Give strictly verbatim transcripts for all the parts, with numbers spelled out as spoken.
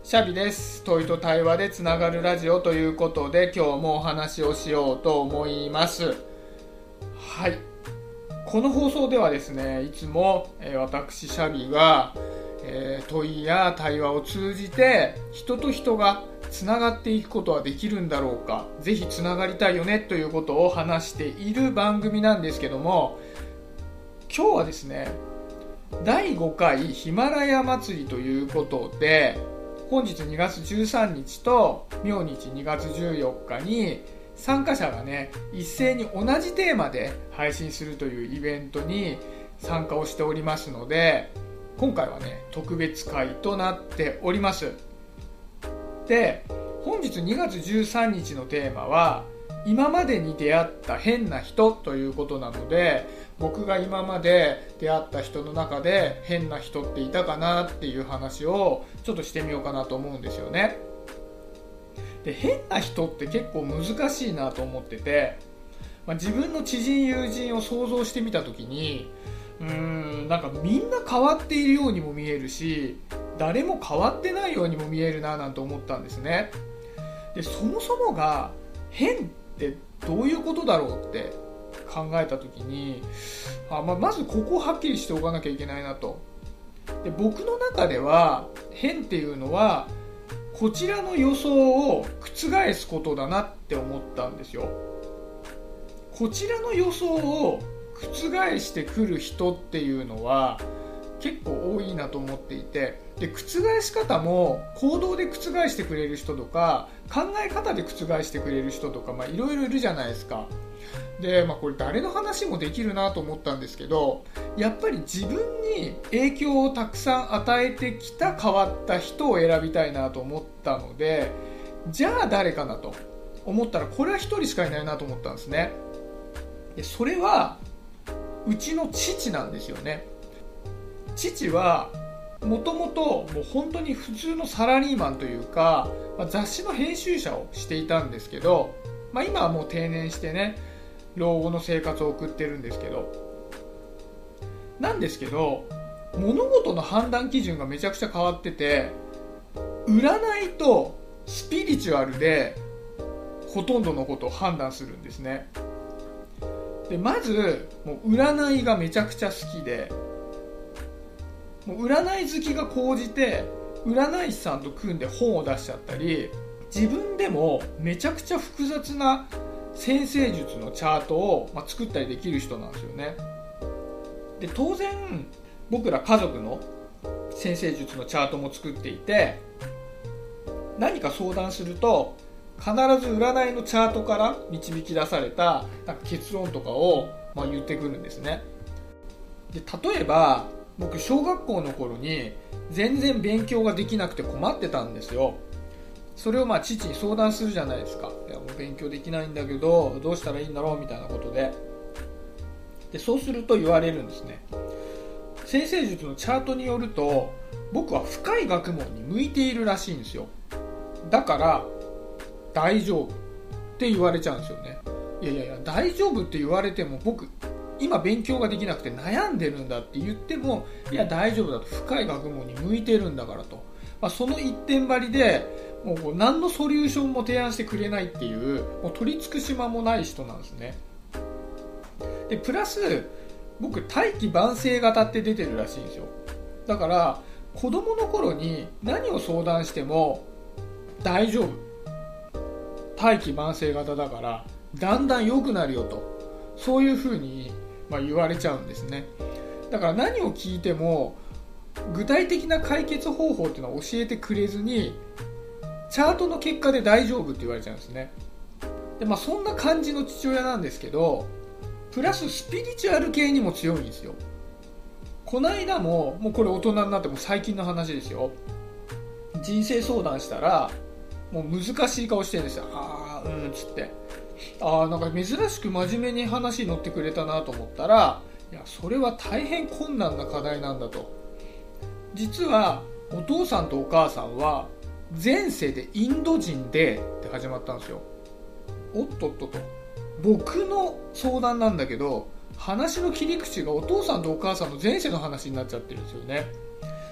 シャビです。問いと対話でつながるラジオということで、今日もお話をしようと思います。はい。この放送ではですね、いつも、えー、私シャビが、えー、問いや対話を通じて人と人がつながっていくことはできるんだろうか、ぜひつながりたいよねということを話している番組なんですけども、今日はですね、だいごかいヒマラヤ祭りということで、本日にがつじゅうさんにちと明日にがつじゅうよっかに参加者がね、一斉に同じテーマで配信するというイベントに参加をしておりますので、今回はね、特別会となっております。で、本日にがつじゅうさんにちのテーマは、今までに出会った変な人ということなので、僕が今まで出会った人の中で変な人っていたかなっていう話をちょっとしてみようかなと思うんですよね。で、変な人って結構難しいなと思ってて、まあ、自分の知人友人を想像してみたときに、うーんなんかみんな変わっているようにも見えるし、誰も変わってないようにも見えるななんて思ったんですね。で、そもそもが変ってどういうことだろうって考えたときに、あ、まあ、まずここをはっきりしておかなきゃいけないなと。で、僕の中では変っていうのはこちらの予想を覆すことだなって思ったんですよ。こちらの予想を覆してくる人っていうのは結構多いなと思っていて、で、覆し方も行動で覆してくれる人とか考え方で覆してくれる人とか、まあいろいろいるじゃないですか。で、まあこれ誰の話もできるなと思ったんですけど、やっぱり自分に影響をたくさん与えてきた変わった人を選びたいなと思ったので、じゃあ誰かなと思ったら、これは一人しかいないなと思ったんですね。で、それはうちの父なんですよね。父はもともともう本当に普通のサラリーマンというか、まあ、雑誌の編集者をしていたんですけど、まあ、今はもう定年してね、老後の生活を送ってるんですけど、なんですけど物事の判断基準がめちゃくちゃ変わってて、占いとスピリチュアルでほとんどのことを判断するんですね。で、まずもう占いがめちゃくちゃ好きで、もう占い好きが高じて占い師さんと組んで本を出しちゃったり、自分でもめちゃくちゃ複雑な占星術のチャートを、まあ、作ったりできる人なんですよね。で、当然僕ら家族の占星術のチャートも作っていて、何か相談すると必ず占いのチャートから導き出されたなんか結論とかを、まあ、言ってくるんですね。で、例えば僕小学校の頃に全然勉強ができなくて困ってたんですよ。それをまあ父に相談するじゃないですか。いや、もう勉強できないんだけどどうしたらいいんだろうみたいなことで、でそうすると言われるんですね。占星術のチャートによると僕は深い学問に向いているらしいんですよ。だから大丈夫って言われちゃうんですよね。いやいやいや、大丈夫って言われても僕今勉強ができなくて悩んでるんだって言っても、いや大丈夫だと、深い学問に向いてるんだからと、まあ、その一点張りでもう何のソリューションも提案してくれないっていう、もう取り付く島もない人なんですね。でプラス僕大器晩成型って出てるらしいんですよ。だから子供の頃に何を相談しても大丈夫、大器晩成型だからだんだん良くなるよと、そういう風にまあ言われちゃうんですね。だから何を聞いても具体的な解決方法っていうのを教えてくれずに、チャートの結果で大丈夫って言われちゃうんですね。で、まあ、そんな感じの父親なんですけど、プラススピリチュアル系にも強いんですよ。この間も、もうこれ大人になっても最近の話ですよ、人生相談したらもう難しい顔してるんですよ。あーうんっつって、あーなんか珍しく真面目に話に乗ってくれたなと思ったら、いやそれは大変困難な課題なんだと。実はお父さんとお母さんは前世でインド人でって始まったんですよ。おっとっとと、僕の相談なんだけど話の切り口がお父さんとお母さんの前世の話になっちゃってるんですよね。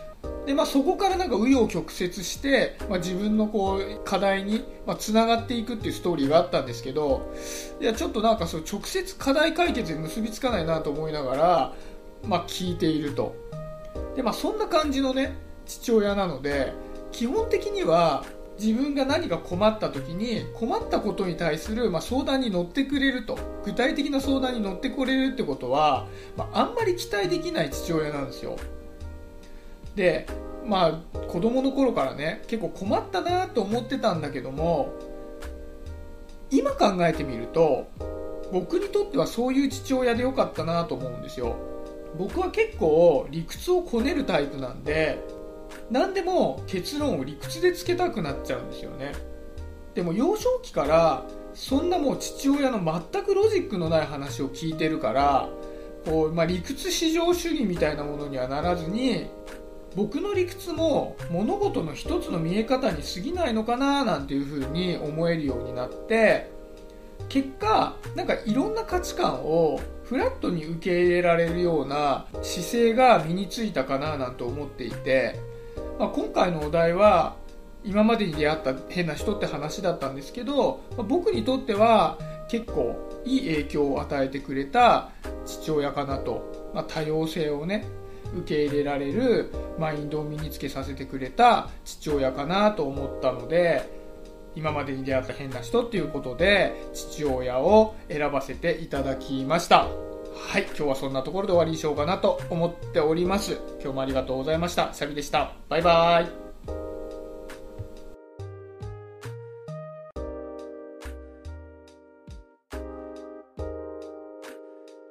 で、まあ、そこからなんか紆余曲折して、まあ、自分のこう課題にまあつながっていくっていうストーリーがあったんですけど、いやちょっとなんかそう直接課題解決に結びつかないなと思いながら、まあ、聞いていると。で、まあ、そんな感じのね父親なので、基本的には自分が何か困った時に困ったことに対するまあ相談に乗ってくれると、具体的な相談に乗ってくれるってことは、まあ、あんまり期待できない父親なんですよ。で、まあ子供の頃からね結構困ったなと思ってたんだけども、今考えてみると僕にとってはそういう父親でよかったなと思うんですよ。僕は結構理屈をこねるタイプなんで、何でも結論を理屈でつけたくなっちゃうんですよね。でも幼少期からそんなもう父親の全くロジックのない話を聞いてるから、こう、まあ、理屈至上主義みたいなものにはならずに、僕の理屈も物事の一つの見え方に過ぎないのかななんていうふうに思えるようになって、結果なんかいろんな価値観をフラットに受け入れられるような姿勢が身についたかななんて思っていて、まあ、今回のお題は今までに出会った変な人って話だったんですけど、まあ、僕にとっては結構いい影響を与えてくれた父親かなと、まあ、多様性をね受け入れられるマインドを身につけさせてくれた父親かなと思ったので、今までに出会った変な人っていうことで父親を選ばせていただきました。はい、今日はそんなところで終わりにしようかなと思っております。今日もありがとうございました。シャビでした。バイバイ。